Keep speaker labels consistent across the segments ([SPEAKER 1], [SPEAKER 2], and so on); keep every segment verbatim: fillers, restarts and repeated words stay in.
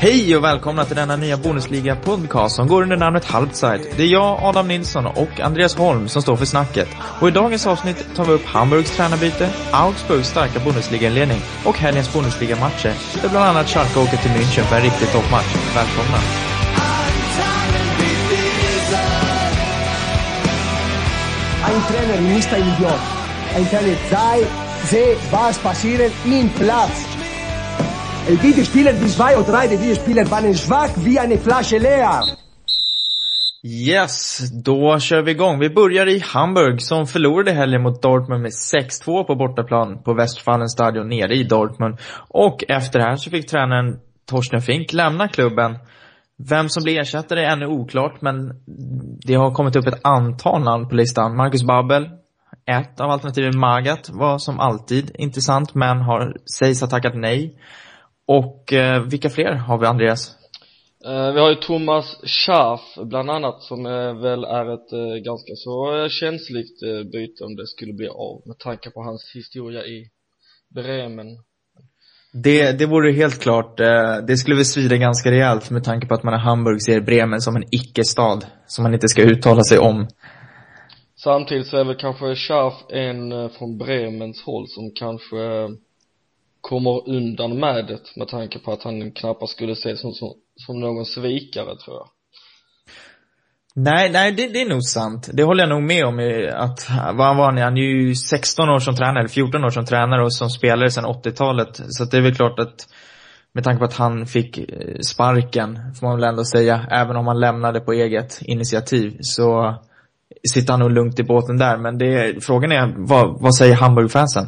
[SPEAKER 1] Hej och välkomna till denna nya Bundesliga-podcast som går under namnet Halbzeit. Det är jag, Adam Nilsson och Andreas Holm som står för snacket. Och i dagens avsnitt tar vi upp Hamburgs tränarbyte, Augsburgs starka Bundesliga-inledning och helgens Bundesliga-matcher, där bland annat Schalke åker till München för en riktig toppmatch. Välkomna!
[SPEAKER 2] Ein Trainer ist ein Idiot. Ein Trainer sei, sehe, was passiert im Platz. Die Spieler, die zwei oder drei, die Spieler waren schwach wie eine Flasche leer.
[SPEAKER 1] Yes, då kör vi igång. Vi börjar i Hamburg som förlorade helgen mot Dortmund med sex två på bortaplan på Westfalenstadion nere i Dortmund. Och efter det här så fick tränaren Torsten Fink lämna klubben. Vem som blir ersättare är ännu oklart, men det har kommit upp ett antal namn på listan. Marcus Babbel, ett av alternativen. Magath var som alltid intressant, men har sägs ha tackat nej. Och eh, vilka fler har vi, Andreas?
[SPEAKER 3] Uh, vi har ju Thomas Schaaf bland annat, som uh, väl är ett uh, ganska så uh, känsligt uh, byte om det skulle bli av, med tanke på hans historia i Bremen.
[SPEAKER 1] Det, det vore helt klart, eh, det skulle väl svida ganska rejält med tanke på att man i Hamburg ser Bremen som en icke-stad som man inte ska uttala sig om.
[SPEAKER 3] Samtidigt så är väl kanske Schaaf en uh, från Bremens håll som kanske uh, kommer undan med det, med tanke på att han knappast skulle ses som, som, som någon svikare, tror jag. Nej, nej det, det är nog sant. Det håller jag nog med om. Att, vad var han? Han är ju sexton år som tränare, eller fjorton år som tränare och som spelare sedan åttiotalet. Så det är väl klart att med tanke på att han fick sparken, får man väl ändå säga, även om han lämnade på eget initiativ, så sitter han nog lugnt i båten där. Men det, frågan är, vad, vad säger Hamburg-fansen?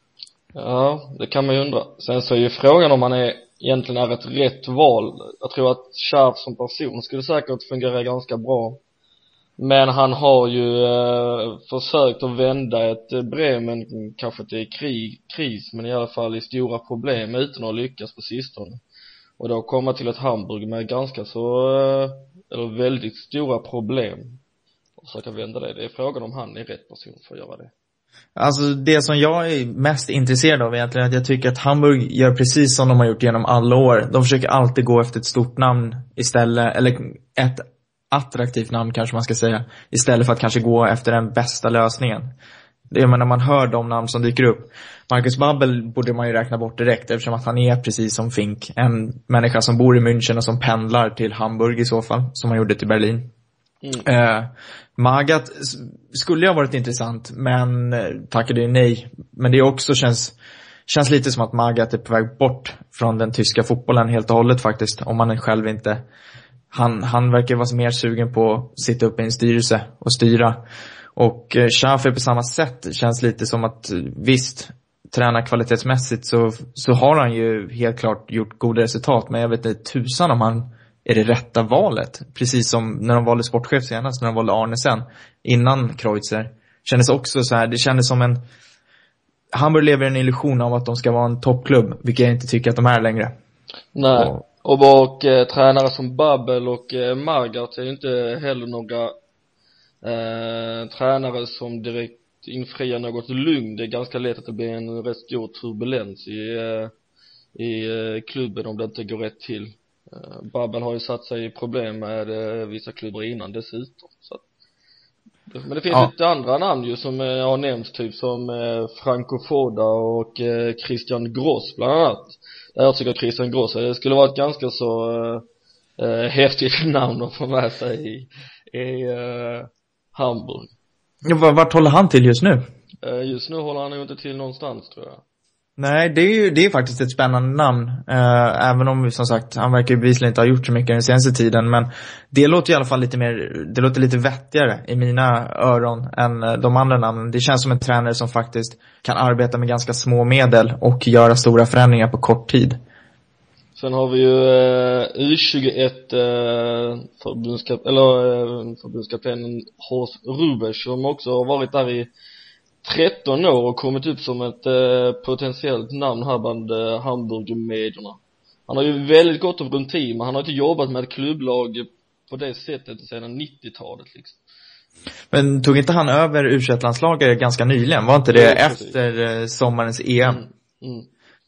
[SPEAKER 3] Ja, det kan man ju undra. Sen så är ju frågan om han är, egentligen är ett rätt val. Jag tror att Schaaf som person skulle säkert fungera ganska bra. Men han har ju eh, försökt att vända ett eh, Bremen, kanske inte i krig, kris, men i alla fall i stora problem utan att lyckas på sistone. Och då komma till ett Hamburg med ganska så, eh, eller väldigt stora problem och försöka vända det. Det är frågan om han är rätt person för att göra det.
[SPEAKER 1] Alltså det som jag är mest intresserad av egentligen är att jag tycker att Hamburg gör precis som de har gjort genom alla år. De försöker alltid gå efter ett stort namn istället, eller ett attraktivt namn kanske man ska säga, istället för att kanske gå efter den bästa lösningen. Det är när man hör de namn som dyker upp. Marcus Babbel borde man ju räkna bort direkt, eftersom att han är precis som Fink, en människa som bor i München och som pendlar till Hamburg i så fall, som han gjorde till Berlin. Mm. Uh, Magath skulle ju ha varit intressant, men tackade ju nej. Men det också känns känns lite som att Magath är på väg bort från den tyska fotbollen helt och hållet faktiskt, om man själv inte han, han verkar vara mer sugen på att sitta upp i en styrelse och styra. Och uh, Schaaf är på samma sätt, känns lite som att visst, träna kvalitetsmässigt så, så har han ju helt klart gjort goda resultat, men jag vet inte tusan om han är det rätta valet. Precis som när de valde sportchef senast, när de valde Arnesen innan Kreutzer. Kändes också så här, det kändes som en Hamburg lever en illusion av att de ska vara en toppklubb, vilket jag inte tycker att de är längre.
[SPEAKER 3] Nej, och, och, och eh, tränare som Babbel och eh, Magath är ju inte heller några eh, tränare som direkt infriar något lugn. Det är ganska lätt att det blir en rätt stor turbulens i, eh, i eh, klubben om det inte går rätt till. Uh, Babbel har ju satt sig i problem med uh, vissa klubbar innan dessutom, så att, men det finns ja. lite andra namn ju som uh, har nämnts, typ som uh, Franco Foda och uh, Christian Gross bland annat. Jag tycker att Christian Gross uh, skulle vara ett ganska så uh, uh, häftigt namn att få med sig i, i uh, Hamburg.
[SPEAKER 1] Ja, vart håller han till just nu?
[SPEAKER 3] Uh, just nu håller han ju inte till någonstans, tror jag.
[SPEAKER 1] Nej, det är ju det är faktiskt ett spännande namn. Uh, även om, som sagt, han verkar ju bevisligen inte ha gjort så mycket den senaste tiden. Men det låter i alla fall lite mer, det låter lite vettigare i mina öron än de andra namnen. Det känns som en tränare som faktiskt kan arbeta med ganska små medel och göra stora förändringar på kort tid.
[SPEAKER 3] Sen har vi ju uh, U tjugoett uh, förbundskap eller uh, förbundskaptenen Horst Rubesch, som också har varit där i tretton år och kommit upp som ett eh, potentiellt namn här bland eh, Hamburg-medierna. Han har ju väldigt gott av runt team, men han har inte jobbat med ett klubblag på det sättet sedan nittiotalet liksom.
[SPEAKER 1] Men tog inte han över U tjugoett-landslaget ganska nyligen? Var inte det ja, efter eh, sommarens E M?
[SPEAKER 3] Mm, mm.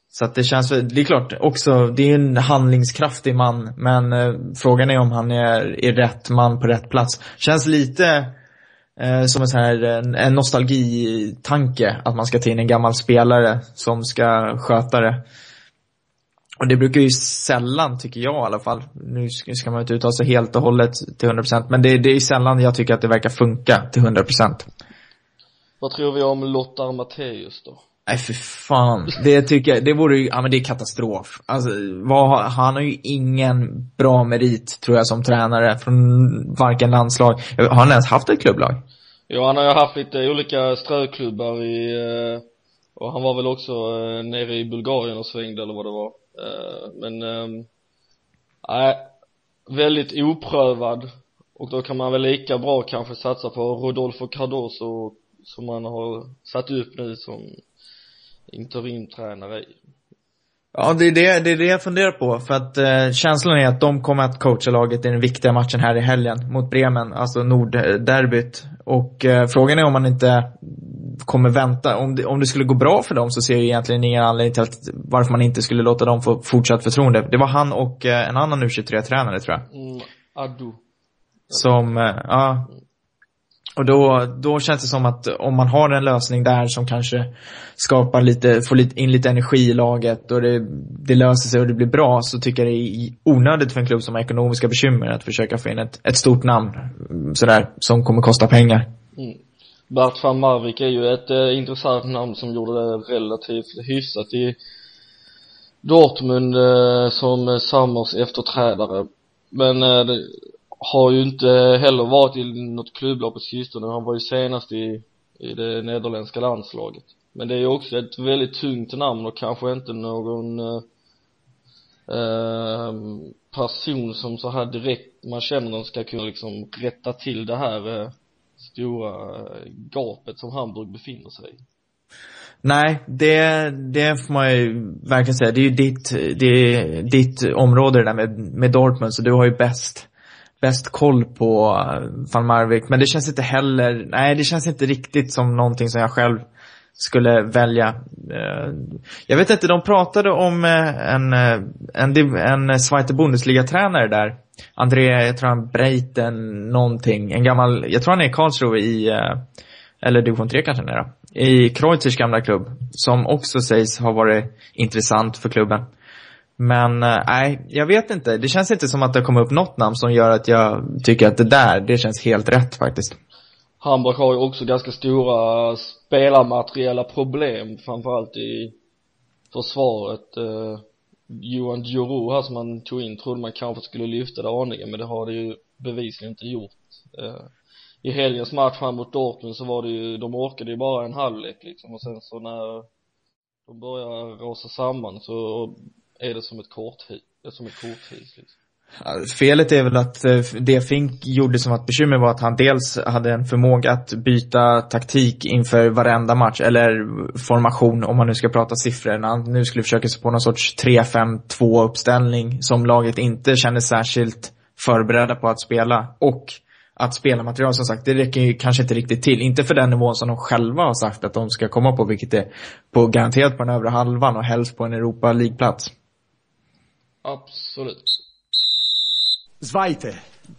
[SPEAKER 1] Så att det känns, det är klart också, det är en handlingskraftig man, men eh, frågan är om han är, är rätt man på rätt plats. Känns lite eh, som en sån här en, en nostalgitanke att man ska ta in en gammal spelare som ska sköta det. Och det brukar ju sällan, tycker jag i alla fall, nu ska, ska man inte uttala sig helt och hållet till hundra procent, men det, det är sällan jag tycker att det verkar funka till hundra procent.
[SPEAKER 3] Vad tror vi om Lothar Matthäus då?
[SPEAKER 1] Nej för fan, det tycker jag, det vore ju, ja men det är katastrof. Alltså, vad, han har ju ingen bra merit tror jag som tränare från varken landslag. Har han ens haft ett klubblag?
[SPEAKER 3] Ja, han har ju haft lite olika ströklubbar i, och han var väl också nere i Bulgarien och svängde eller vad det var. Men, nej, väldigt oprövad, och då kan man väl lika bra kanske satsa på Rodolfo Cardoso som man har satt upp nu som interimtränare.
[SPEAKER 1] Ja, det är det, det är det jag funderar på. För att eh, känslan är att de kommer att coacha laget i den viktiga matchen här i helgen mot Bremen, alltså Nordderbyt. Och eh, frågan är om man inte kommer vänta. Om det, om det skulle gå bra för dem så ser jag egentligen ingen anledning till att, varför man inte skulle låta dem få fortsatt förtroende. Det var han och eh, en annan U tjugotre-tränare tror jag.
[SPEAKER 3] Mm, Adu.
[SPEAKER 1] Som, eh, ja... Och då, då känns det som att om man har en lösning där som kanske skapar lite, får lite, in lite energi i laget och det, det löser sig och det blir bra, så tycker jag det är onödigt för en klubb som har ekonomiska bekymmer att försöka få in ett, ett stort namn sådär, som kommer kosta pengar.
[SPEAKER 3] Mm. Bert van Marwijk är ju ett eh, intressant namn som gjorde det relativt hyfsat i Dortmund eh, som Summers efterträdare. Men eh, det har ju inte heller varit i något klubblag på sistone. Han var ju senast i, i det nederländska landslaget. Men det är ju också ett väldigt tungt namn och kanske inte någon eh, person som så här direkt man känner de ska kunna liksom rätta till det här eh, stora gapet som Hamburg befinner sig i.
[SPEAKER 1] Nej, det, det får man ju verkligen säga. Det är ju ditt, det är ditt område där med, med Dortmund, så du har ju bäst bäst koll på van Marwijk. Men det känns inte heller, nej det känns inte riktigt som någonting som jag själv skulle välja. Jag vet inte, de pratade om en, en, en Zweite Bundesliga-tränare där. André, jag tror han Breiten någonting. En gammal, jag tror han är i Karlsruhe i, eller division tre kanske nära, i Kreuzers gamla klubb. Som också sägs ha varit intressant för klubben. Men nej, jag vet inte. Det känns inte som att det kommer upp något namn som gör att jag tycker att det där, det känns helt rätt faktiskt.
[SPEAKER 3] Hamburg har ju också ganska stora spelarmateriella problem, framförallt i försvaret. eh, Johan Djuru här som man tog in trodde man kanske skulle lyfta det aningen, men det har det ju bevisligen inte gjort. eh, I helgens match här mot Dortmund så var det ju, de orkade ju bara en halvlek liksom, och sen så när de börjar rasa samman så är det som ett korthus, som ett korthus liksom.
[SPEAKER 1] Felet är väl att det Fink gjorde som att bekymmer var att han dels hade en förmåga att byta taktik inför varenda match, eller formation om man nu ska prata siffror, när han nu skulle försöka sig på någon sorts tre fem två uppställning som laget inte kände särskilt förberedda på att spela, och att spelarmaterial som sagt, det räcker ju kanske inte riktigt till, inte för den nivån som de själva har sagt att de ska komma på, vilket är på garanterat på den övre halvan och helst på en Europa League-plats.
[SPEAKER 3] Absolut.
[SPEAKER 2] Zweite.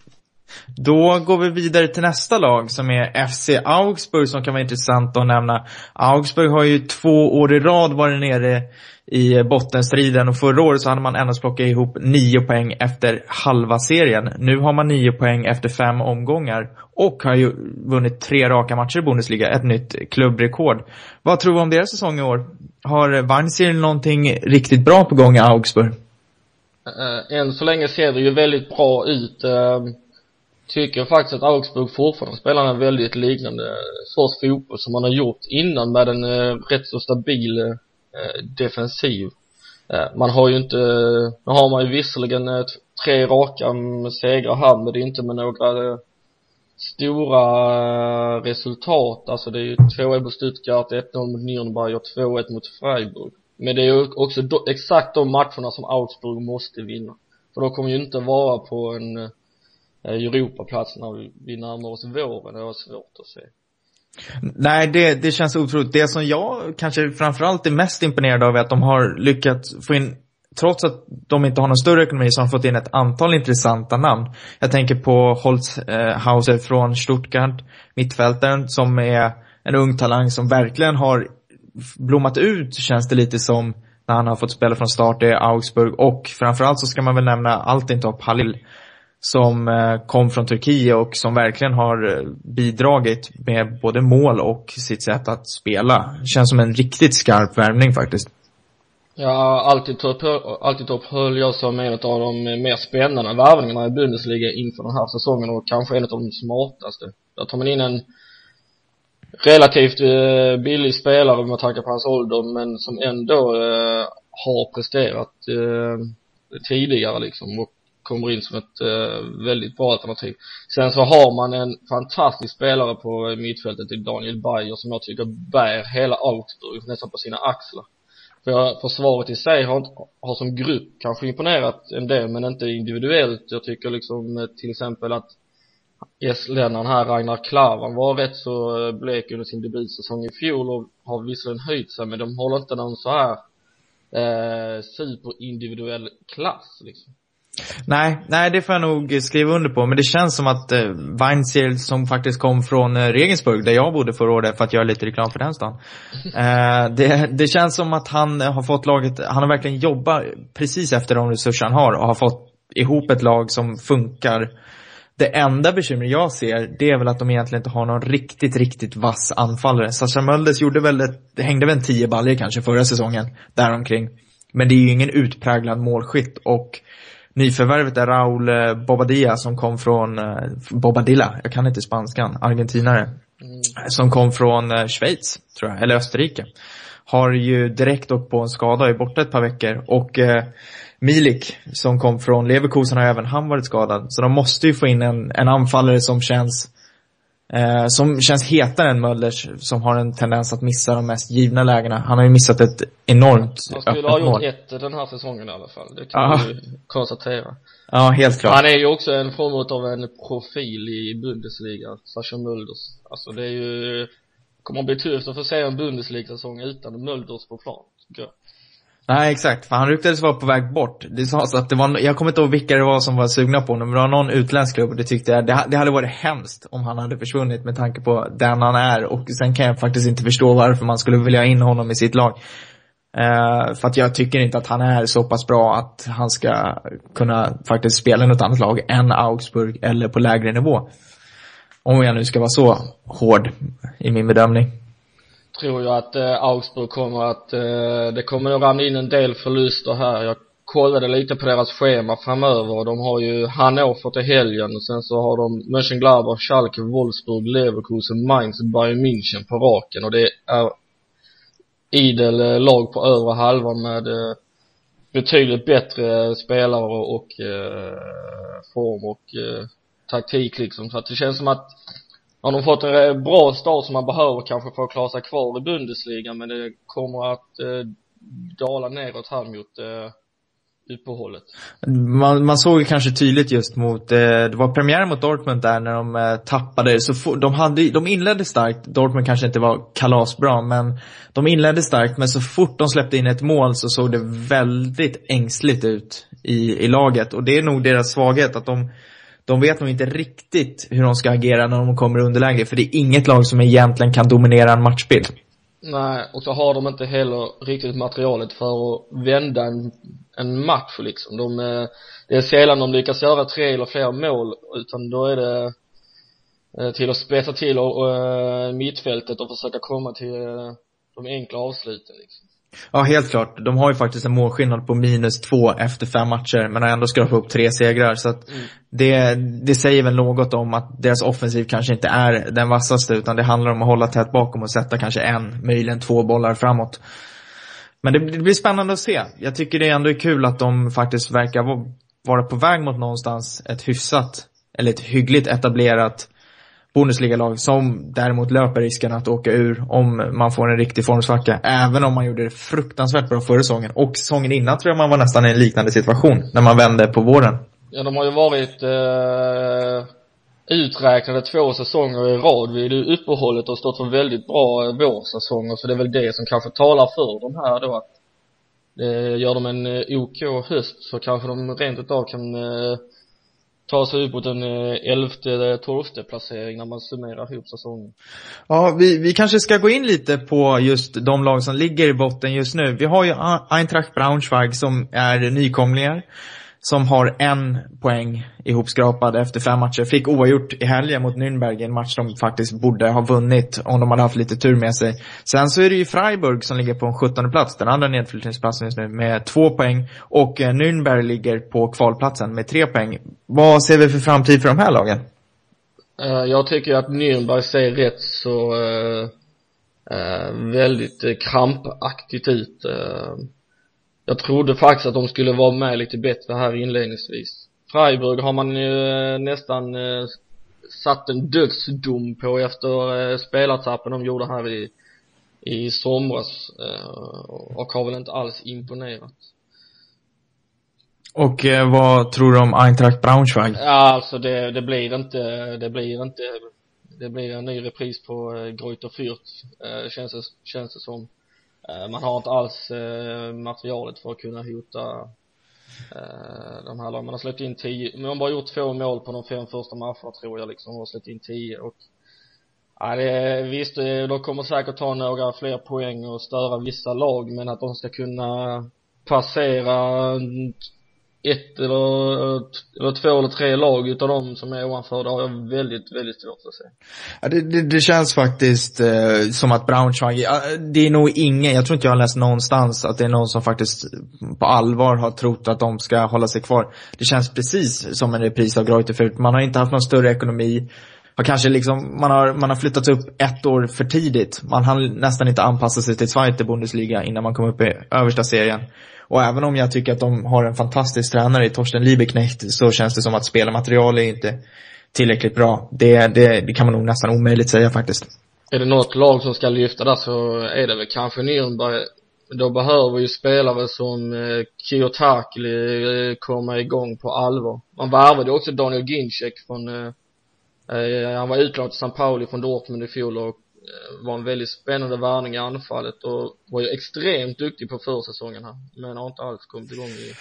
[SPEAKER 1] Då går vi vidare till nästa lag som är F C Augsburg, som kan vara intressant att nämna. Augsburg har ju två år i rad varit nere i bottenstriden, och förra året så hade man endast plockat ihop nio poäng efter halva serien. Nu har man nio poäng efter fem omgångar och har ju vunnit tre raka matcher i Bundesliga, ett nytt klubbrekord. Vad tror vi om deras säsong i år? Har Weinziel någonting riktigt bra på gång i Augsburg?
[SPEAKER 3] Uh, än så länge ser det ju väldigt bra ut. uh, Tycker faktiskt att Augsburg fortfarande spelar en väldigt liknande sorts fotboll som man har gjort innan, med en uh, rätt så stabil uh, defensiv. uh, Man har ju inte, nu har man ju visserligen uh, tre raka segrar här, men det är inte med några uh, stora uh, resultat. Alltså det är ju två ett mot Stuttgart, ett noll mot Nürnberg och två ett mot Freiburg. Men det är ju också do, exakt de matcherna som Augsburg måste vinna. För då kommer ju inte vara på en eh, Europaplats när vi, vi närmar oss våren. Det är svårt att se.
[SPEAKER 1] Nej, det, det känns otroligt. Det som jag kanske framförallt är mest imponerad av är att de har lyckats få in, trots att de inte har någon större ekonomi, så har de fått in ett antal intressanta namn. Jag tänker på Holzhauser från Stuttgart, mittfältaren, som är en ung talang som verkligen har blommat ut, känns det lite som, när han har fått spela från start i Augsburg. Och framförallt så ska man väl nämna Altintop Halil, som eh, kom från Turkiet och som verkligen har eh, bidragit med både mål och sitt sätt att spela. Känns som en riktigt skarp värvning faktiskt.
[SPEAKER 3] Ja, Altintop, Altintop höll jag som en av de mer spännande värvningarna i Bundesliga inför den här säsongen, och kanske en av de smartaste. Där tar man in en relativt eh, billig spelare med tanke på hans ålder, men som ändå eh, har presterat eh, tidigare liksom, och kommer in som ett eh, väldigt bra alternativ. Sen så har man en fantastisk spelare på mittfältet i Daniel Bayer, som jag tycker bär hela Augsburg nästan på sina axlar. För försvaret i sig har, har som grupp kanske imponerat en del, men inte individuellt. Jag tycker liksom till exempel att estlänaren här, Ragnar Klavan, var rätt så blek under sin debutsäsong i fjol och har visserligen höjt sig, men de håller inte någon så här eh, superindividuell klass liksom.
[SPEAKER 1] Nej, nej, det får jag nog skriva under på. Men det känns som att eh, Weinziel, som faktiskt kom från eh, Regensburg, där jag bodde förra året, för att göra lite reklam för den stan. Eh, det, det känns som att han har fått laget, han har verkligen jobbat precis efter de resurser han har och har fått ihop ett lag som funkar. Det enda bekymmer jag ser, det är väl att de egentligen inte har någon riktigt, riktigt vass anfallare. Sascha Möldes gjorde väl ett, det hängde väl en tio baller kanske förra säsongen, däromkring. Men det är ju ingen utpräglad målskytt. Och nyförvärvet är Raul Bobadilla, som kom från uh, Bobadilla, jag kan inte spanskan, argentinare, mm. som kom från uh, Schweiz, tror jag, eller Österrike. Har ju direkt åkt på en skada, i borta ett par veckor. Och uh, Milik, som kom från Leverkusen, har även han varit skadad. Så de måste ju få in en, en anfallare som känns eh, som känns hetare än Mölders, som har en tendens att missa de mest givna lägena. Han har ju missat ett enormt
[SPEAKER 3] öppet mål. Han skulle ha gjort ett den här säsongen i alla fall. Det kan
[SPEAKER 1] ah.
[SPEAKER 3] vi konstatera.
[SPEAKER 1] Ja, helt klart.
[SPEAKER 3] Han är ju också en form av en profil i Bundesliga, Sascha Mölders. Alltså det är ju, kommer att bli tufft att få se en Bundesliga-säsong utan Mölders på plan, tycker jag.
[SPEAKER 1] Nej, exakt, för han ryktades vara på väg bort. Det sades att det var, jag kommer inte ihåg vilka det var som var sugna på honom, men det var någon utländsk klubb, och det tyckte jag, det, det hade varit hemskt om han hade försvunnit med tanke på den han är. Och sen kan jag faktiskt inte förstå varför man skulle vilja ha in honom i sitt lag. Uh, för att jag tycker inte att han är så pass bra att han ska kunna faktiskt spela i något annat lag än Augsburg eller på lägre nivå. Om jag nu ska vara så hård i min bedömning.
[SPEAKER 3] Tror jag att eh, Augsburg kommer att eh, det kommer att ramla in en del förluster här. Jag kollade lite på deras schema framöver, och de har ju Hannover till helgen, och sen så har de Mönchengladbach, Schalke, Wolfsburg, Leverkusen, Mainz, Bayern München på raken, och det är idel eh, lag på övre halvan med eh, betydligt bättre spelare och, och eh, form och eh, taktik liksom. Så att det känns som att har de fått en bra start som man behöver kanske för att klara sig kvar i Bundesliga, men det kommer att eh, dala neråt här mot eh, uppehållet.
[SPEAKER 1] Man, man såg kanske tydligt just mot, eh, det var premiär mot Dortmund där när de eh, tappade, så for, de, hade, de inledde starkt. Dortmund kanske inte var kalasbra, men de inledde starkt, men så fort de släppte in ett mål så såg det väldigt ängsligt ut i, i laget, och det är nog deras svaghet, att de De vet nog inte riktigt hur de ska agera när de kommer i underläge, för det är inget lag som egentligen kan dominera en matchbild.
[SPEAKER 3] Nej, och så har de inte heller riktigt materialet för att vända en, en match liksom. De, det är sällan de lyckas göra tre eller fler mål, utan då är det till att spetsa till och, och, mittfältet och försöka komma till de enkla avsluten liksom.
[SPEAKER 1] Ja, helt klart. De har ju faktiskt en målskillnad på minus två efter fem matcher, men ändå ska de få upp tre segrar. Så att mm. det, det säger väl något om att deras offensiv kanske inte är den vassaste, utan det handlar om att hålla tätt bakom och sätta kanske en, möjligen två bollar framåt. Men det, det blir spännande att se. Jag tycker det ändå är kul att de faktiskt verkar vara på väg mot någonstans ett hyfsat, eller ett hyggligt etablerat Bundesliga-lag, som däremot löper risken att åka ur om man får en riktig formsvacka, även om man gjorde det fruktansvärt bra förra säsongen. Och säsongen innan tror jag man var nästan i en liknande situation när man vände på våren.
[SPEAKER 3] Ja, de har ju varit eh, uträknade två säsonger i rad vid uppehållet och stått för väldigt bra vårsäsonger, så det är väl det som kanske talar för de här då, att det gör de en OK höst så kanske de rent utav kan eh, ta sig upp mot en elfte, tolfte placering när man summerar ihop säsongen.
[SPEAKER 1] Ja, vi, vi kanske ska gå in lite på just de lag som ligger i botten just nu. Vi har ju Eintracht Braunschweig som är nykomlingar, som har en poäng ihopskrapad efter fem matcher. Fick oavgjort i helgen mot Nürnberg, en match de faktiskt borde ha vunnit om de hade haft lite tur med sig. Sen så är det ju Freiburg som ligger på en sjuttonde plats, den andra nedflyttningsplatsen just nu, med två poäng. Och Nürnberg ligger på kvalplatsen med tre poäng. Vad ser vi för framtid för de här lagen?
[SPEAKER 3] Jag tycker att Nürnberg ser rätt så uh, uh, väldigt uh, krampaktigt ut. Uh, Jag trodde faktiskt att de skulle vara med lite bättre här inledningsvis. Freiburg har man ju nästan eh, satt en dödsdom på efter eh, spelartappen de gjorde här i, i somras. Eh, och har väl inte alls imponerat.
[SPEAKER 1] Och eh, vad tror du om Eintracht Braunschweig?
[SPEAKER 3] Ja, alltså det, det blir inte, det blir inte, det blir en ny repris på eh, Greuther Fürth, eh, känns, det, känns det som. Man har inte alls eh, materialet för att kunna hota eh, de här lagen. Man har släppt in tio, men man har bara gjort två mål på de fem första matcherna tror jag liksom, och har släppt in tio. Och ja, det, visst, de kommer säkert ta några fler poäng och störa vissa lag, men att de ska kunna passera ett eller, eller två eller tre lag utav dem som är ovanför, det har jag väldigt, väldigt svårt att se.
[SPEAKER 1] Ja, det, det, det känns faktiskt eh, som att Braunschweig, ja, det är nog ingen, jag tror inte jag har läst någonstans att det är någon som faktiskt på allvar har trott att de ska hålla sig kvar. Det känns precis som en repris av Greuther Fürth. Man har inte haft någon större ekonomi. Har kanske liksom, man har, man har flyttats upp ett år för tidigt. Man har nästan inte anpassat sig till Zweite Bundesliga innan man kom upp i översta serien. Och även om jag tycker att de har en fantastisk tränare i Torsten Liebknecht, så känns det som att spelarmaterial är inte tillräckligt bra. Det, det, det kan man nog nästan omöjligt säga faktiskt.
[SPEAKER 3] Är det något lag som ska lyfta där så är det väl kanske Nürnberg. Då behöver ju spelare som eh, Kiyotaki eh, komma igång på allvar. Man värvade också Daniel Ginczek från eh, eh, han var utlånad till San Pauli från Dortmund i fjol och eh, var en väldigt spännande värvning i anfallet och var ju extremt duktig på försäsongen här, men har inte alls kommit igång i...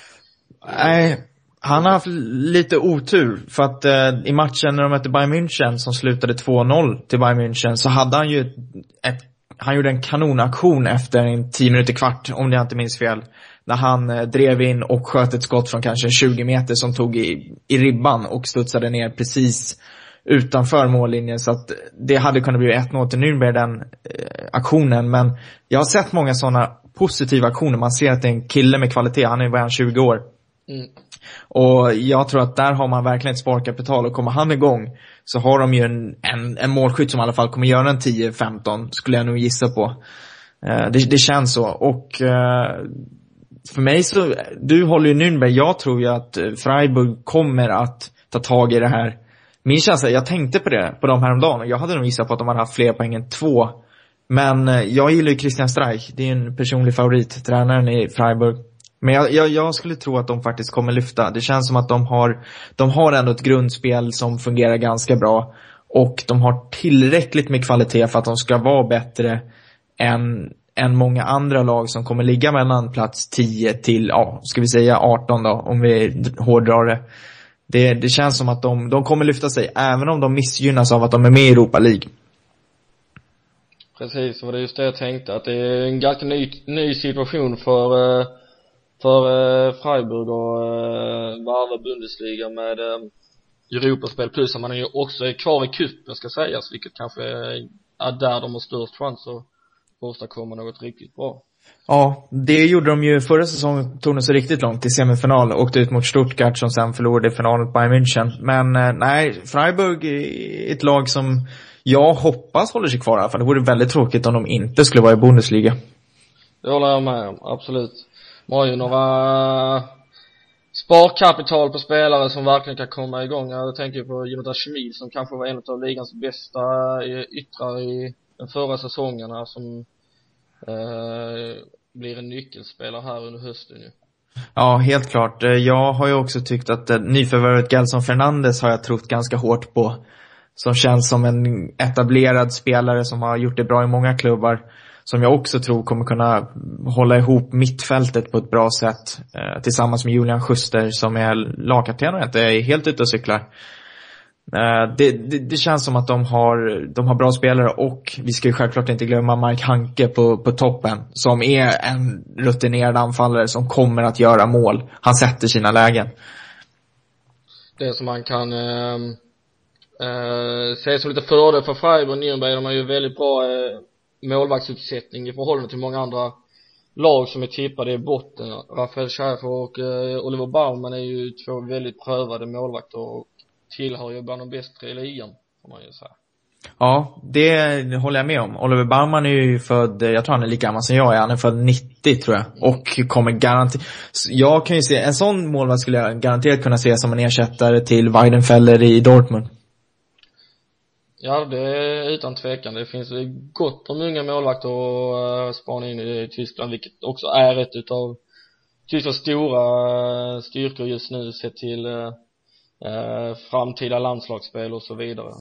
[SPEAKER 1] Nej, han har haft lite otur för att eh, i matchen när de mötte Bayern München som slutade två noll till Bayern München, så hade han ju ett, ett han gjorde en kanonaktion efter en tio minuter kvart, om jag inte minns fel, när han eh, drev in och sköt ett skott från kanske tjugo meter som tog i, i ribban och studsade ner precis utanför mållinjen, så att det hade kunnat bli ett noll till Nürnberg den eh, aktionen. Men jag har sett många sådana positiva aktioner. Man ser att det är en kille med kvalitet, han är bara tjugo år. Mm. Och jag tror att där har man verkligen ett sparkapital, och kommer han igång så har de ju en, en, en målskytt som i alla fall kommer göra en tio femton, skulle jag nog gissa på. eh, det, det känns så. Och eh, för mig så, du håller ju Nürnberg, jag tror ju att Freiburg kommer att ta tag i det här. Min känsla, jag tänkte på det på de här om dagen, och jag hade nog gissat på att de hade haft fler poäng än två. Men jag gillar ju Christian Streich, det är en personlig favorit, tränaren i Freiburg. Men jag, jag, jag skulle tro att de faktiskt kommer lyfta. Det känns som att de har, de har ändå ett grundspel som fungerar ganska bra. Och de har tillräckligt med kvalitet för att de ska vara bättre än, än många andra lag som kommer ligga mellan plats tio till, ja, ska vi säga arton då, om vi hårdrar det. Det, det känns som att de, de kommer lyfta sig, även om de missgynnas av att de är med i Europa League.
[SPEAKER 3] Precis, och det är just det jag tänkte, att det är en ganska ny, ny situation för, för Freiburg och varva Bundesliga med Europaspel, plus att man är ju också kvar i kuppen ska sägas, vilket kanske är där de har störst chans att åstadkomma något riktigt bra.
[SPEAKER 1] Ja, det gjorde de ju förra säsongen, tog de så riktigt långt till semifinal och åkte ut mot Stuttgart som sen förlorade i finalen på Bayern München. Men nej, Freiburg är ett lag som jag hoppas håller sig kvar, för det vore väldigt tråkigt om de inte skulle vara i Bundesliga.
[SPEAKER 3] Det håller jag med om, absolut. Man har ju några sparkapital på spelare som verkligen kan komma igång. Jag tänker på Jonathan Schmid som kanske var en av ligans bästa yttrar i den förra säsongen här, som Uh, blir en nyckelspelare här under hösten ju.
[SPEAKER 1] Ja, helt klart. Jag har ju också tyckt att uh, nyförvärvet Gelson Fernandes har jag trott ganska hårt på. som känns som en etablerad spelare som har gjort det bra i många klubbar, som jag också tror kommer kunna hålla ihop mittfältet på ett bra sätt eh, tillsammans med Julian Schuster som är lagkapten och inte är helt ute och cyklar. Eh, det, det, det känns som att de har, de har bra spelare, och vi ska ju självklart inte glömma Mark Hanke på, på toppen, som är en rutinerad anfallare som kommer att göra mål. Han sätter sina lägen.
[SPEAKER 3] Det som man kan eh, eh, se som lite fördel för Freiburg och Nürnberg, de har ju väldigt bra eh, målvaktsuppsättning i förhållande till många andra lag som är tippade i botten. Raphael Schäfer och eh, Oliver Baumann är ju två väldigt prövade målvakter och tillhör ju bland de bästa i ligan, får man ju säga.
[SPEAKER 1] Ja, det håller jag med om. Oliver Baumann är ju född, jag tror han är lika gammal som jag är, han är född nittio tror jag, och kommer garanterat, jag kan ju se, en sån målvakt skulle jag garanterat kunna se som en ersättare till Weidenfeller i Dortmund.
[SPEAKER 3] Ja, det är utan tvekan. Det finns gott om unga målvakter att spana in i Tyskland, vilket också är ett utav Tysklands stora styrkor just nu, sett till eh, framtida landslagsspel och så vidare.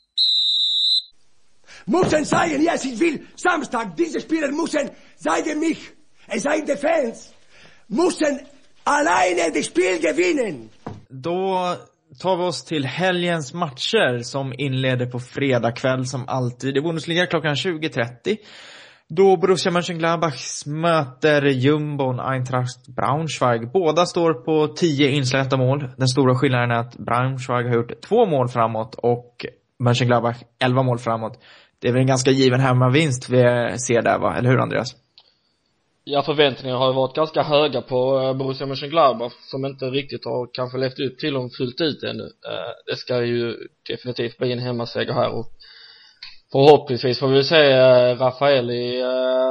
[SPEAKER 2] Müssen zeigen, ja, sie will. Samstag, diese Spieler müssen zeigen mich. Es seien die Fans. Müssen alleine das Spiel gewinnen.
[SPEAKER 1] Då tar vi oss till helgens matcher som inleder på fredag kväll som alltid. I Bundesliga klockan tjugo trettio. Då Borussia Mönchengladbach möter jumbon Eintracht Braunschweig. Båda står på tio insläppta mål. Den stora skillnaden är att Braunschweig har gjort två mål framåt och Mönchengladbach elva mål framåt. Det är väl en ganska given hemmavinst vi ser där, va? Eller hur, Andreas?
[SPEAKER 3] Ja, förväntningarna har ju varit ganska höga på Borussia Mönchengladbach, som inte riktigt har kanske levt upp till dem fullt ut ännu. Det ska ju definitivt bli en hemmaseger här, och förhoppningsvis får vi se Raffaelli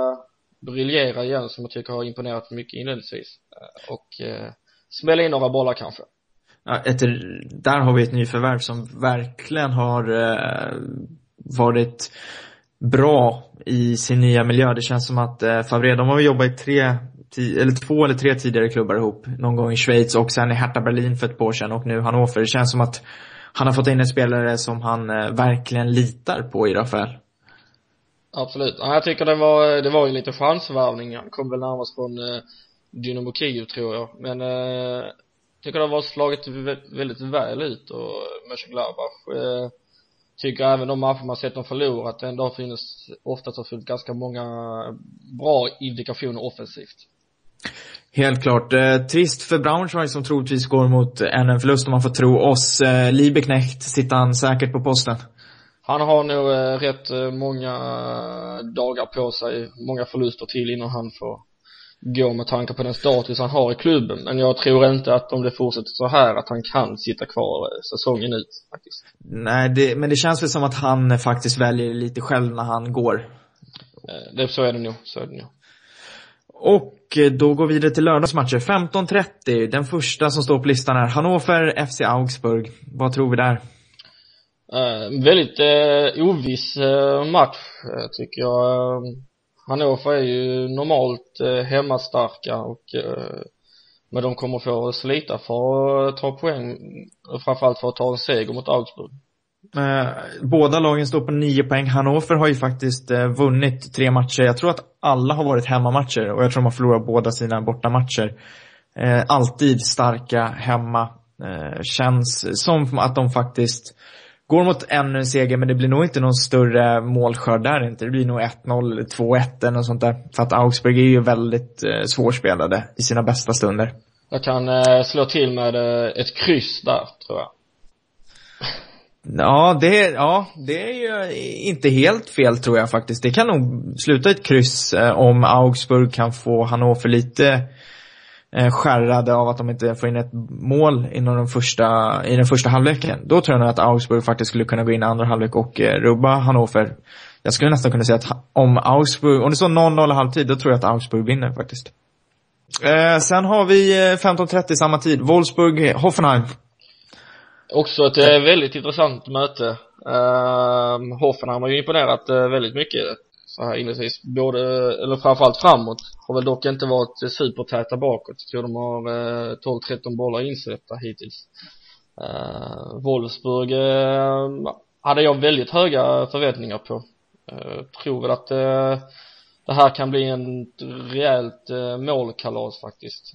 [SPEAKER 3] briljera igen, som jag tycker har imponerat mycket inledningsvis, och smälla in några bollar kanske.
[SPEAKER 1] Ja, ett, där har vi ett nyförvärv som verkligen har eh, varit bra i sin nya miljö. Det känns som att eh, Favre, de har jobbat i tre, ti, eller två eller tre tidigare klubbar ihop. Någon gång i Schweiz och sen i Hertha Berlin för ett par år sedan, och nu Hannover. Det känns som att han har fått in en spelare som han eh, verkligen litar på i Rafael.
[SPEAKER 3] Absolut. Ja, jag tycker det var, det var ju lite chansvärvning. Han kom väl närmast från eh, Dynamo Kiev, tror jag. Men eh, tycker det var slagit väldigt väl ut, och Mönchengladbach eh, tycker även de matcher man sett dem förlora att det ändå finns ofta så funnits ganska många bra indikationer offensivt.
[SPEAKER 1] Helt klart. Eh, trist för Braunschweig som troligtvis går mot än en förlust, om man får tro oss. Eh, Liebknecht, sitter han säkert på posten?
[SPEAKER 3] Han har nog eh, rätt eh, många dagar på sig, många förluster till innan han får gå, med tanke på den status han har i klubben. Men jag tror inte att om det fortsätter så här att han kan sitta kvar säsongen ut faktiskt.
[SPEAKER 1] Nej, det, men det känns väl som att han faktiskt väljer lite själv när han går.
[SPEAKER 3] Det, så är det nog, så är det nog.
[SPEAKER 1] Och då går vi vidare till lördagsmatcher. femton trettio, den första som står på listan är Hannover F C Augsburg. Vad tror vi där?
[SPEAKER 3] Uh, väldigt uh, oviss uh, match, uh, tycker jag. Uh, Hannover är ju normalt uh, hemmastarka, och uh, men de kommer få slita för att ta poäng, och framförallt för att ta en seger mot Augsburg.
[SPEAKER 1] Uh, båda lagen står på nio poäng. Hannover har ju faktiskt uh, vunnit tre matcher. Jag tror att alla har varit hemmamatcher, och jag tror de har förlorat båda sina bortamatcher. Uh, alltid starka hemma. Uh, känns som att de faktiskt går mot ännu en seger, men det blir nog inte någon större målskörd där inte. Det blir nog ett noll, två ett eller något sånt där. För att Augsburg är ju väldigt uh, svårspelade i sina bästa stunder.
[SPEAKER 3] Jag kan uh, slå till med uh, ett kryss där, tror jag.
[SPEAKER 1] Ja det, ja, det är ju inte helt fel, tror jag faktiskt. Det kan nog sluta ett kryss eh, om Augsburg kan få Hannover lite eh, skärrade av att de inte får in ett mål inom den första, i den första halvleken. Då tror jag nog att Augsburg faktiskt skulle kunna gå in i andra halvlek och eh, rubba Hannover. Jag skulle nästan kunna säga att om Augsburg, om det står noll noll halvtid, då tror jag att Augsburg vinner faktiskt. Eh, sen har vi femton trettio samma tid, Wolfsburg-Hoffenheim.
[SPEAKER 3] Också ett äh, väldigt intressant möte. uh, Hoffenheim har ju imponerat uh, väldigt mycket så här inledningsvis, både, eller framförallt framåt. Har väl dock inte varit uh, supertäta bakåt. Jag tror de har uh, tolv tretton bollar insläppta hittills. uh, Wolfsburg uh, hade jag väldigt höga förväntningar på. Jag tror väl att uh, det här kan bli en rejält uh, målkalas faktiskt.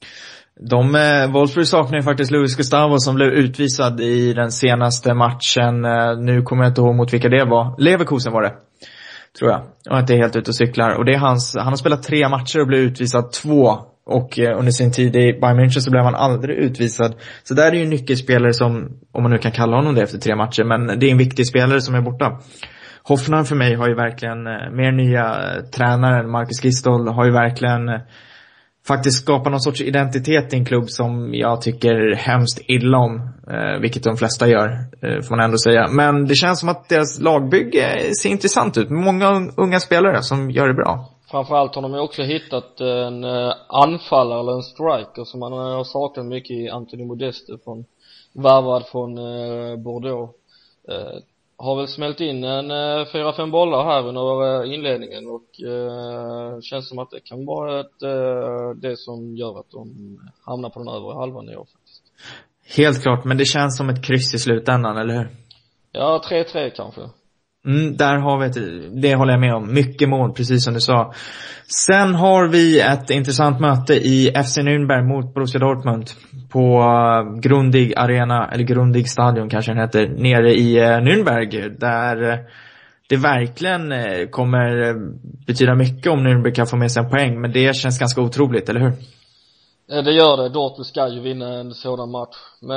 [SPEAKER 1] De, eh, Wolfsburg saknar ju faktiskt Luis Gustavo som blev utvisad i den senaste matchen. Eh, nu kommer jag inte ihåg mot vilka det var. Leverkusen var det, tror jag. Och inte helt ute och cyklar. Och det är hans, han har spelat tre matcher och blev utvisad två. Och eh, under sin tid i Bayern München så blev han aldrig utvisad. Så där är ju en nyckelspelare som, om man nu kan kalla honom det efter tre matcher, men det är en viktig spelare som är borta. Hoffenheim för mig har ju verkligen eh, mer nya eh, tränaren. Marcus Gisdol har ju verkligen eh, faktiskt skapat någon sorts identitet i en klubb som jag tycker hemskt illa om, eh, vilket de flesta gör, eh, får man ändå säga. Men det känns som att deras lagbygge ser intressant ut. Många unga spelare som gör det bra.
[SPEAKER 3] Framförallt har de ju också hittat en uh, anfallare eller en striker som man har saknat mycket i Anthony Modeste, från värvad från uh, Bordeaux. Uh, har väl smält in en uh, fyra fem bollar här under uh, inledningen och uh, känns som att det kan vara ett, uh, det som gör att de hamnar på den övre halvan i år faktiskt.
[SPEAKER 1] Helt klart, men det känns som ett kryss i slutändan, eller hur?
[SPEAKER 3] Ja, tre tre kanske.
[SPEAKER 1] Mm, där har vi ett, det håller jag med om. Mycket mål, precis som du sa. Sen har vi ett intressant möte i F C Nürnberg mot Borussia Dortmund på Grundig Arena, eller Grundig Stadion kanske den heter, nere i Nürnberg, där det verkligen kommer betyda mycket om Nürnberg kan få med sig en poäng, men det känns ganska otroligt, eller hur?
[SPEAKER 3] Det gör det. Dortmund ska ju vinna en sådan match, men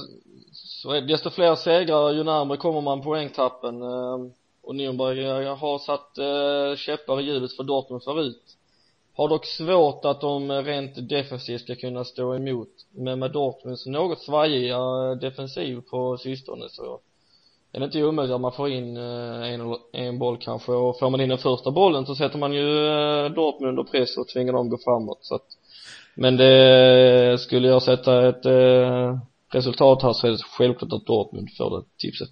[SPEAKER 3] så är det, desto fler segrar ju närmare kommer man poängtappen, och Nürnberg har satt käppar i hjulet för Dortmund förut. Har dock svårt att de rent defensivt ska kunna stå emot, men med Dortmunds något svajiga defensiv på sistone så är det inte omöjligt att man får in en, en boll kanske, och får man in den första bollen så sätter man ju Dortmund under press och tvingar dem gå framåt. Så att, men det skulle jag sätta ett resultat här så är det självklart att Dortmund får det tipset.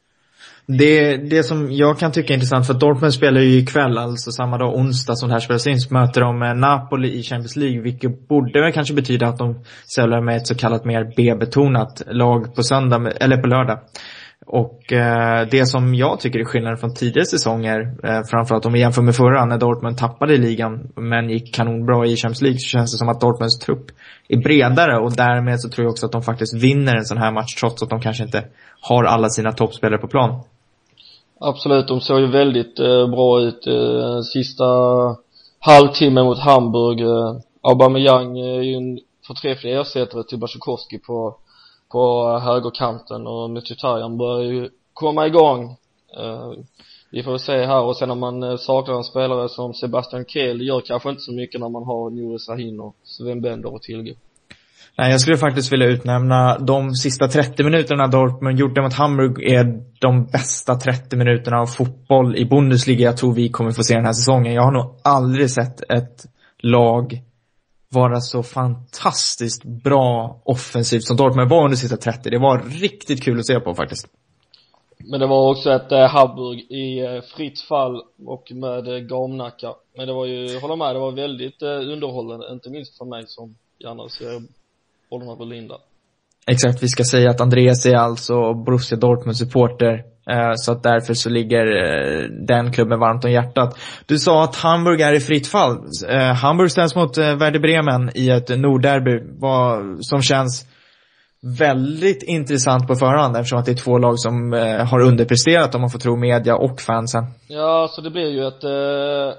[SPEAKER 1] Det, det som jag kan tycka är intressant, för Dortmund spelar ju ikväll, alltså samma dag, onsdag som det här spelas in, så möter de Napoli i Champions League, vilket borde väl kanske betyda att de säljer med ett så kallat mer B-betonat lag på söndag, eller på lördag. Och eh, det som jag tycker är skillnaden från tidigare säsonger, eh, framförallt om vi jämför med förra, när Dortmund tappade i ligan men gick kanonbra i Champions League, så känns det som att Dortmunds trupp är bredare, och därmed så tror jag också att de faktiskt vinner en sån här match, trots att de kanske inte har alla sina toppspelare på plan. Absolut, de såg ju väldigt eh, bra ut eh, sista halvtimmen mot Hamburg. eh, Aubameyang är ju en förträfflig ersättare till Bajsakowski på på högerkanten, och Mkhitaryan börjar ju komma igång. Uh, vi får se här, och sen när man uh, saknar en spelare som Sebastian Kehl, gör kanske inte så mycket när man har Nuri Sahin och Sven Bender och tillgå. Nej, jag skulle faktiskt vilja utnämna de sista trettio minuterna Dortmund gjorde mot Hamburg är de bästa trettio minuterna av fotboll i Bundesliga jag tror vi kommer få se den här säsongen. Jag har nog aldrig sett ett lag vara så fantastiskt bra offensivt som Dortmund var under sista trettio. Det var riktigt kul att se på faktiskt. Men det var också ett eh, Hamburg i eh, fritt fall och med eh, gamnacka. Men det var ju, hålla med, det var väldigt eh, underhållande, inte minst för mig som gärna ser bollarna på linda. Exakt, vi ska säga att Andreas är alltså Borussia Dortmund supporter, eh, så att därför så ligger eh, den klubben varmt om hjärtat. Du sa att Hamburg är i fritt fall. eh, Hamburg ställs mot eh, Werder Bremen i ett nordderby, vad, som känns väldigt intressant på förhand, eftersom att det är två lag som eh, har underpresterat, om man får tro media och fansen. Ja, så det blir ju ett eh,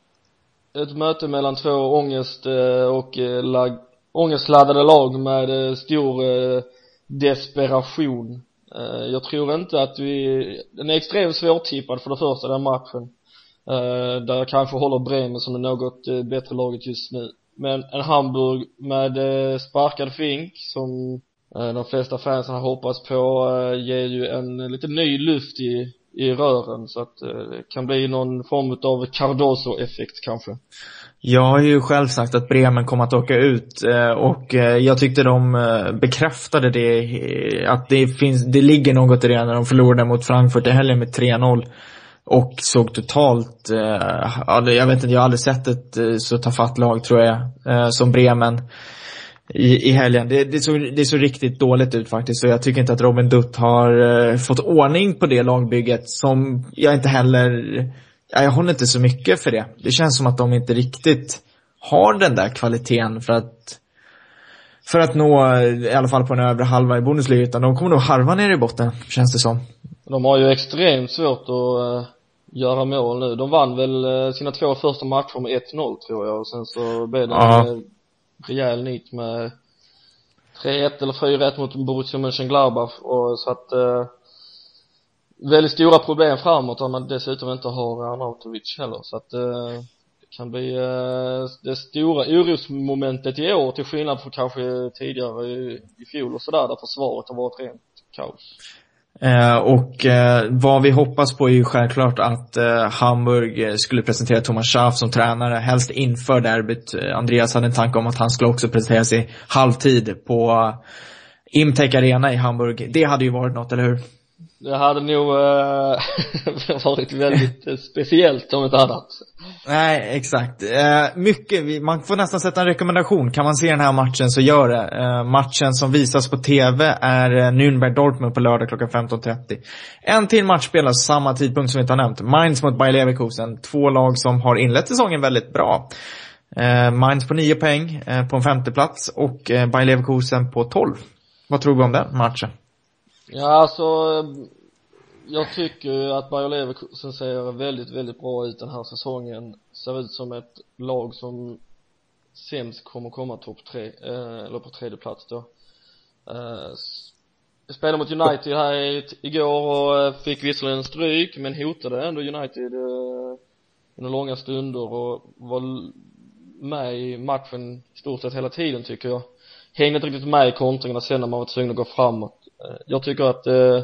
[SPEAKER 1] ett möte mellan två ångest eh, och eh, lag ångestladdade lag med eh, stor eh, desperation. Eh, jag tror inte att vi, den är extremt svårtippad för det första, den matchen. Eh, där jag kanske håller Bremen som är något eh, bättre laget just nu. Men en Hamburg med eh, sparkad fink som eh, de flesta fansen har hoppats på eh, ger ju en eh, lite ny luft i, i rören, så att eh, det kan bli någon form av Cardoso-effekt kanske. Jag har ju själv sagt att Bremen kommer att åka ut, och jag tyckte de bekräftade det, att det finns, det ligger något i det när de förlorade mot Frankfurt i helgen med tre noll och såg totalt, jag vet inte, jag har aldrig sett ett så tafatt lag tror jag som Bremen. i, i helgen. Det, det, såg, det såg riktigt dåligt ut faktiskt. Så jag tycker inte att Robin Dutt har uh, fått ordning på det lagbygget, som jag inte heller, jag håller inte så mycket för det. Det känns som att de inte riktigt har den där kvaliteten för att för att nå i alla fall på en övre halva i Bundesliga, utan de kommer nog harva ner i botten, känns det som.
[SPEAKER 3] De har ju extremt svårt att uh, göra mål nu. De vann väl uh, sina två första matcher med ett noll tror jag, och sen så blev det ja. en uh, rejäl nit med tre ett eller fyra ett mot Borussia Mönchengladbach, och så att uh, väldigt stora problem framåt om man dessutom inte har Arnautovic heller, så att uh, kan bli uh, det stora orosmomentet i år, till skillnad från kanske tidigare i, i fjol och sådär, där försvaret har varit rent kaos.
[SPEAKER 1] Eh, och eh, vad vi hoppas på är ju självklart att eh, Hamburg skulle presentera Thomas Schaaf som tränare, helst inför derbyt. Eh, Andreas hade en tanke om att han skulle också presenteras i halvtid på uh, Imtech Arena i Hamburg. Det hade ju varit något, eller hur?
[SPEAKER 3] Det hade nog uh, varit väldigt uh, speciellt om ett annat.
[SPEAKER 1] Nej, exakt. Uh, mycket, man får nästan sätta en rekommendation. Kan man se den här matchen så gör det. Uh, matchen som visas på tv är uh, Nürnberg-Dortmund på lördag klockan femton trettio. En till match spelas samma tidpunkt som vi inte har nämnt. Mainz mot Bayer Leverkusen. Två lag som har inlett säsongen väldigt bra. Uh, Mainz på nio poäng uh, på en femte plats och uh, Bayer Leverkusen på tolv. Vad tror du om den matchen?
[SPEAKER 3] Ja, alltså jag tycker att Bayer Leverkusen ser väldigt, väldigt bra ut den här säsongen. Ser ut som ett lag som sämst kommer komma topp tre, eh, eller på tredje plats då. Eh, jag spelade mot United här i, igår och fick visserligen stryk, men hotade ändå United eh, under långa stunder och var med i matchen i stort sett hela tiden, tycker jag. Hängde inte riktigt med i kontringarna sen när man var tvungen att gå framåt. Jag tycker att eh,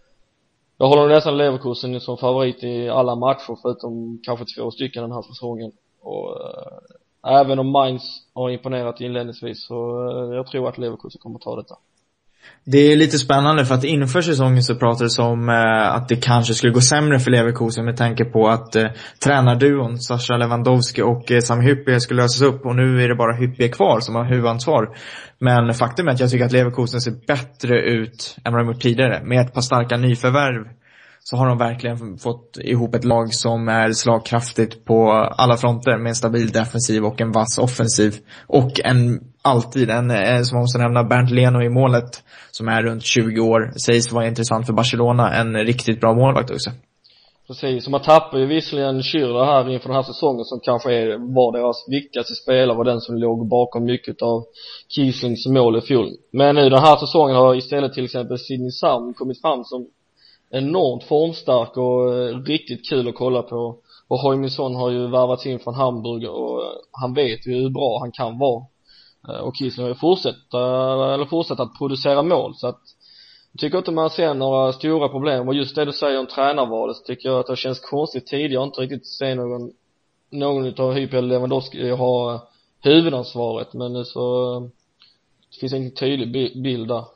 [SPEAKER 3] jag håller nästan Leverkusen som favorit i alla matcher förutom kanske två stycken den här säsongen, och eh, även om Mainz har imponerat inledningsvis, så eh, jag tror att Leverkusen kommer ta detta.
[SPEAKER 1] Det är lite spännande för att inför säsongen så pratades om eh, att det kanske skulle gå sämre för Leverkusen med tanke på att eh, tränarduon Sascha Lewandowski och eh, Sami Hüppe skulle lösas upp, och nu är det bara Hüppe kvar som har huvudansvar. Men faktum är att jag tycker att Leverkusen ser bättre ut än vad de gjort tidigare. Med ett par starka nyförvärv så har de verkligen fått ihop ett lag som är slagkraftigt på alla fronter, med en stabil defensiv och en vass offensiv. Och en alltid en, som man måste nämna, Bernd Leno i målet, som är runt tjugo år, sägs vara intressant för Barcelona. En riktigt bra målvakt också.
[SPEAKER 3] Precis, så man tappar ju visserligen Schürrle här inför den här säsongen, som kanske är, var deras viktigaste spelare och den som låg bakom mycket av Kieslings mål i fjol. Men nu den här säsongen har istället till exempel Sidney Sam kommit fram som enormt formstark och eh, riktigt kul att kolla på. Och Heung-min-Son har ju värvats in från Hamburg, och eh, han vet ju hur bra han kan vara. Eh, och Kiesling har ju fortsatt, eh, eller fortsatt att producera mål, så att jag tycker inte man ser några stora problem. Och just det du säger om tränarvalet, så tycker jag att det känns konstigt tidigare inte riktigt se någon någon utav Hüppe eller Lewandowski har huvudansvaret, men nu så det finns en tydlig bild där.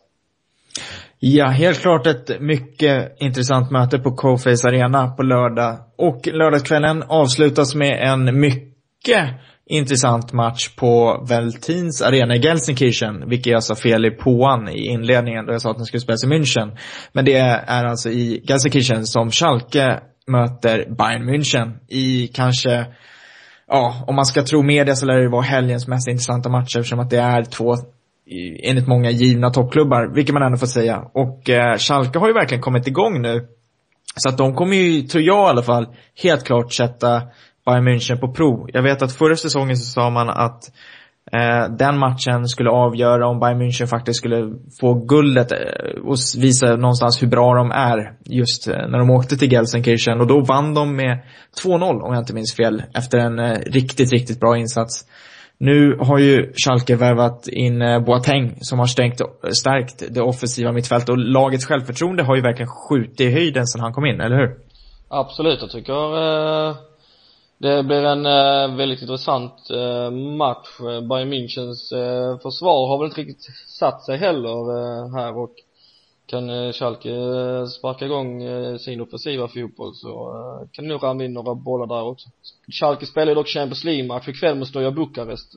[SPEAKER 1] Ja, helt klart ett mycket intressant möte på Coface Arena på lördag. Och lördagskvällen avslutas med en mycket intressant match på Veltins Arena i Gelsenkirchen, vilket jag sa fel i påan i inledningen då jag sa att den skulle spelas i München. Men det är alltså i Gelsenkirchen som Schalke möter Bayern München i kanske, ja, om man ska tro media så lär det vara helgens mest intressanta match, eftersom att det är två enligt många givna toppklubbar, vilket man ändå får säga. Och eh, Schalke har ju verkligen kommit igång nu, så att de kommer ju, tror jag i alla fall, helt klart sätta Bayern München på prov. Jag vet att förra säsongen så sa man att eh, den matchen skulle avgöra om Bayern München faktiskt skulle få guldet eh, och visa någonstans hur bra de är just eh, när de åkte till Gelsenkirchen. Och då vann de med två noll, om jag inte minns fel, efter en eh, riktigt, riktigt bra insats. Nu har ju Schalke värvat in eh, Boateng, som har stängt, stärkt det offensiva mittfältet, och lagets självförtroende har ju verkligen skjutit i höjden sedan han kom in, eller hur?
[SPEAKER 3] Absolut, jag tycker eh, det blir en eh, väldigt intressant eh, match. Bayern Münchens eh, försvar har väl inte riktigt satt sig heller eh, här, och kan eh, Schalke eh, sparka igång eh, sin offensiva fotboll, så eh, kan nu ramla in några bollar där också. Schalke spelar dock Champions League-match ikväll mot Steaua Bukarest.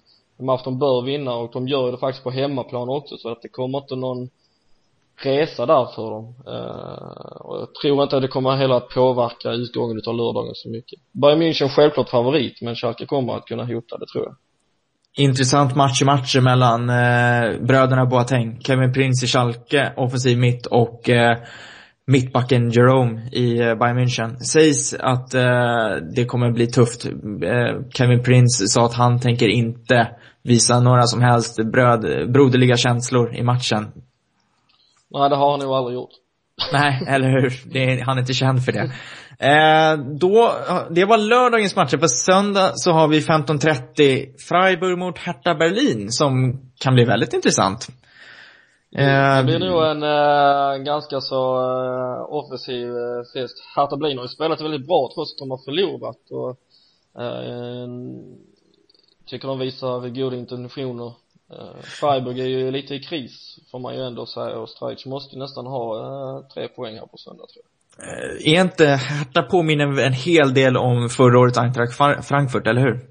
[SPEAKER 3] en match de bör vinna, och de gör det faktiskt på hemmaplan också, så att det kommer inte någon resa där för dem. Uh, och jag tror inte att det kommer heller att påverka utgången utav lördagen så mycket. Bayern München självklart favorit, men Schalke kommer att kunna hota det, tror jag.
[SPEAKER 1] Intressant match i matcher mellan eh, bröderna Boateng, Kevin Prince i Schalke, offensiv mitt, och eh, mittbacken Jerome i eh, Bayern München. Sägs att eh, det kommer bli tufft. eh, Kevin Prince sa att han tänker inte visa några som helst bröd, broderliga känslor i matchen.
[SPEAKER 3] Nej, det har han nog aldrig gjort.
[SPEAKER 1] Nej, eller hur? Det är, han är inte känd för det. Eh, då, det var lördagens matcher. På söndag så har vi femton trettio Freiburg mot Hertha Berlin, som kan bli väldigt intressant. Eh,
[SPEAKER 3] det blir nog en eh, ganska så eh, offensiv eh, fest. Hertha Berlin har ju spelat väldigt bra trots att de har förlorat, och eh, tycker de visar goda intentioner. Uh, Freiburg är ju lite i kris, får man ju ändå säga, och Streich måste nästan ha uh, tre poäng här på söndag, tror jag.
[SPEAKER 1] Uh, är inte Hertha påminner en hel del om förra årets Eintracht Frankfurt, eller hur?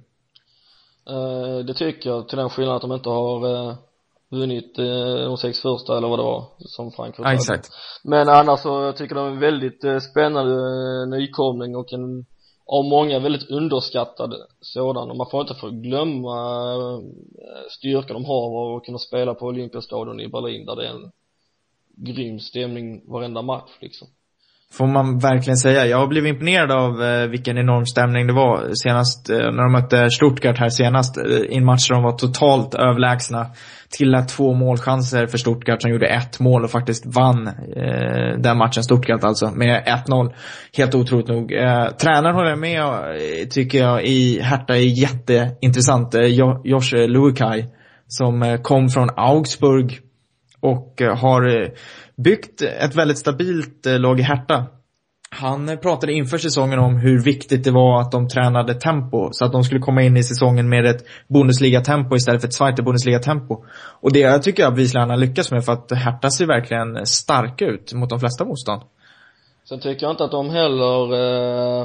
[SPEAKER 3] Uh, det tycker jag, till den skillnaden att de inte har uh, vunnit uh, de sex första, eller vad det var, som Frankfurt
[SPEAKER 1] ja, exakt.
[SPEAKER 3] Men annars så jag tycker de är en väldigt uh, spännande uh, nykomling, och en av många väldigt underskattade sådan, och man får inte förglömma styrkan de har att kunna spela på Olympiastadion i Berlin, där det är en grym stämning varenda match liksom.
[SPEAKER 1] Får man verkligen säga. Jag har blivit imponerad av eh, vilken enorm stämning det var senast eh, när de mötte Stuttgart här senast, eh, i en match där de var totalt överlägsna, till att två målchanser för Stuttgart, som gjorde ett mål och faktiskt vann eh, den matchen, Stuttgart alltså, med ett noll. Helt otroligt nog. Eh, tränaren håller jag med, eh, tycker jag, i Hertha är jätteintressant. Eh, Josh Luukai, som eh, kom från Augsburg och eh, har eh, byggt ett väldigt stabilt eh, lag i Hertha. Han pratade inför säsongen om hur viktigt det var att de tränade tempo, så att de skulle komma in i säsongen med ett Bundesliga-tempo istället för ett Zweite Bundesliga-tempo. Och det jag tycker jag bevisligen har lyckats med, för att Hertha ser verkligen stark ut mot de flesta motstånd.
[SPEAKER 3] Sen tycker jag inte att de heller eh,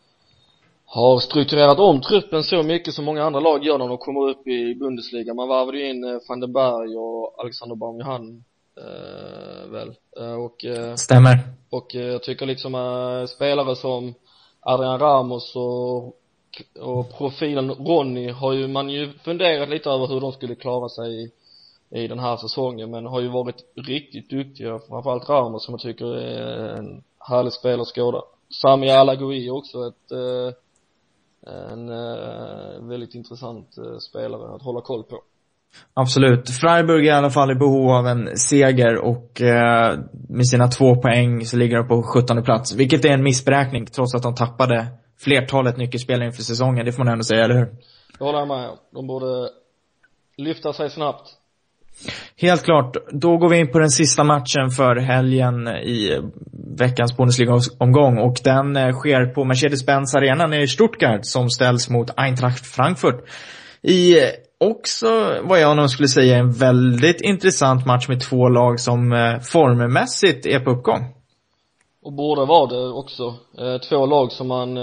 [SPEAKER 3] har strukturerat om truppen så mycket som många andra lag gör när de kommer upp i Bundesliga. Man varvade ju in eh, Van den Berg och Alexander Baumjohann eh, väl. Eh, och, eh,
[SPEAKER 1] Stämmer.
[SPEAKER 3] Och eh, jag tycker liksom eh, spelare som Adrian Ramos och, och profilen Ronny har ju man ju funderat lite över hur de skulle klara sig i, i den här säsongen, men har ju varit riktigt duktiga, framförallt Ramos, som jag tycker är en härlig spelarskåda. Sami Alagui också ett eh, en eh, väldigt intressant eh, spelare att hålla koll på.
[SPEAKER 1] Absolut. Freiburg är i alla fall i behov av en seger, och eh, med sina två poäng så ligger de på sjuttonde plats, vilket är en missberäkning trots att de tappade flertalet nyckelspelare inför säsongen. Det får man ändå säga, eller hur?
[SPEAKER 3] Det håller jag med. De borde lyfta sig snabbt.
[SPEAKER 1] Helt klart. Då går vi in på den sista matchen för helgen i veckans Bundesliga-omgång, och den sker på Mercedes-Benz Arena i Stuttgart, som ställs mot Eintracht Frankfurt. I också, vad jag nog skulle säga, en väldigt intressant match med två lag som formmässigt är på uppgång.
[SPEAKER 3] Och borde vara det också. Två lag som man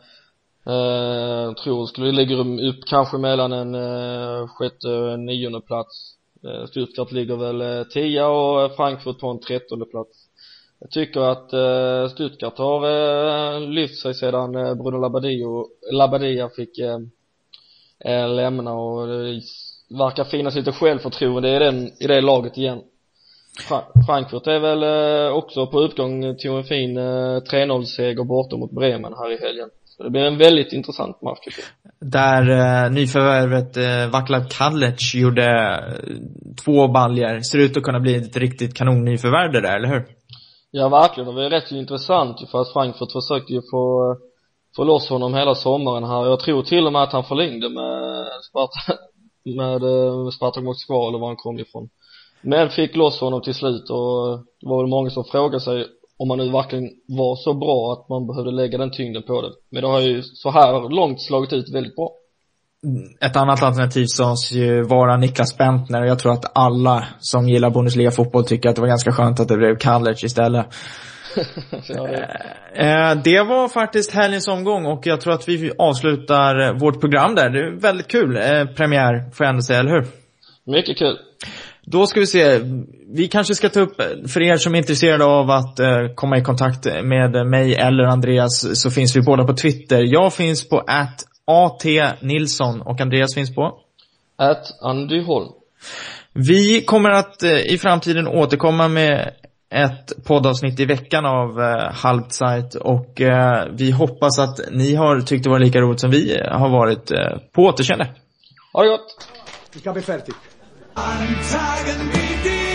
[SPEAKER 3] eh, tror skulle ligga upp kanske mellan en eh, sjätte och en nionde plats. Stuttgart ligger väl tia och Frankfurt på en trettonde plats. Jag tycker att eh, Stuttgart har eh, lyft sig sedan eh, Bruno Labbadia, Labbadia fick eh, eh, lämna, och det verkar finnas lite självförtroende i, den, i det laget igen. Fra- Frankfurt är väl eh, också på uppgång till en fin eh, tre noll-seger borta mot Bremen här i helgen. Så det blir en väldigt intressant match.
[SPEAKER 1] Där eh, nyförvärvet eh, Vaclav Kadlec gjorde eh, två baljer. Ser ut att kunna bli ett riktigt kanon nyförvärv där, eller hur? Ja,
[SPEAKER 3] verkligen. Det var rätt intressant, för att Frankfurt försökte ju få, få loss honom hela sommaren här. Jag tror till och med att han förlängde med Spartak, med Spartak Moskva, eller var han kom ifrån. Men fick loss honom till slut, och det var väl många som frågade sig om man nu verkligen var så bra att man behövde lägga den tyngden på det. Men det har ju så här långt slagit ut väldigt bra.
[SPEAKER 1] Ett annat alternativ sades ju vara Niklas Bentner, och jag tror att alla som gillar Bundesliga-fotboll tycker att det var ganska skönt att det blev Kadlec istället.
[SPEAKER 3] Ja, det.
[SPEAKER 1] Eh, det var faktiskt helgens omgång och jag tror att vi avslutar vårt program där. Det är väldigt kul eh, premiär, får jag ändå säga, eller hur?
[SPEAKER 3] Mycket kul.
[SPEAKER 1] Då ska vi se, vi kanske ska ta upp, för er som är intresserade av att eh, komma i kontakt med mig eller Andreas, så finns vi båda på Twitter. Jag finns på at atnilsson och Andreas finns på
[SPEAKER 3] at Andy Holm.
[SPEAKER 1] Vi kommer att eh, i framtiden återkomma med ett poddavsnitt i veckan av eh, Halbzeit och eh, vi hoppas att ni har tyckt det var lika roligt som vi har varit. eh, På återseende.
[SPEAKER 3] Ha det gott.
[SPEAKER 2] Ich habe fertig.
[SPEAKER 4] An Tagen wie die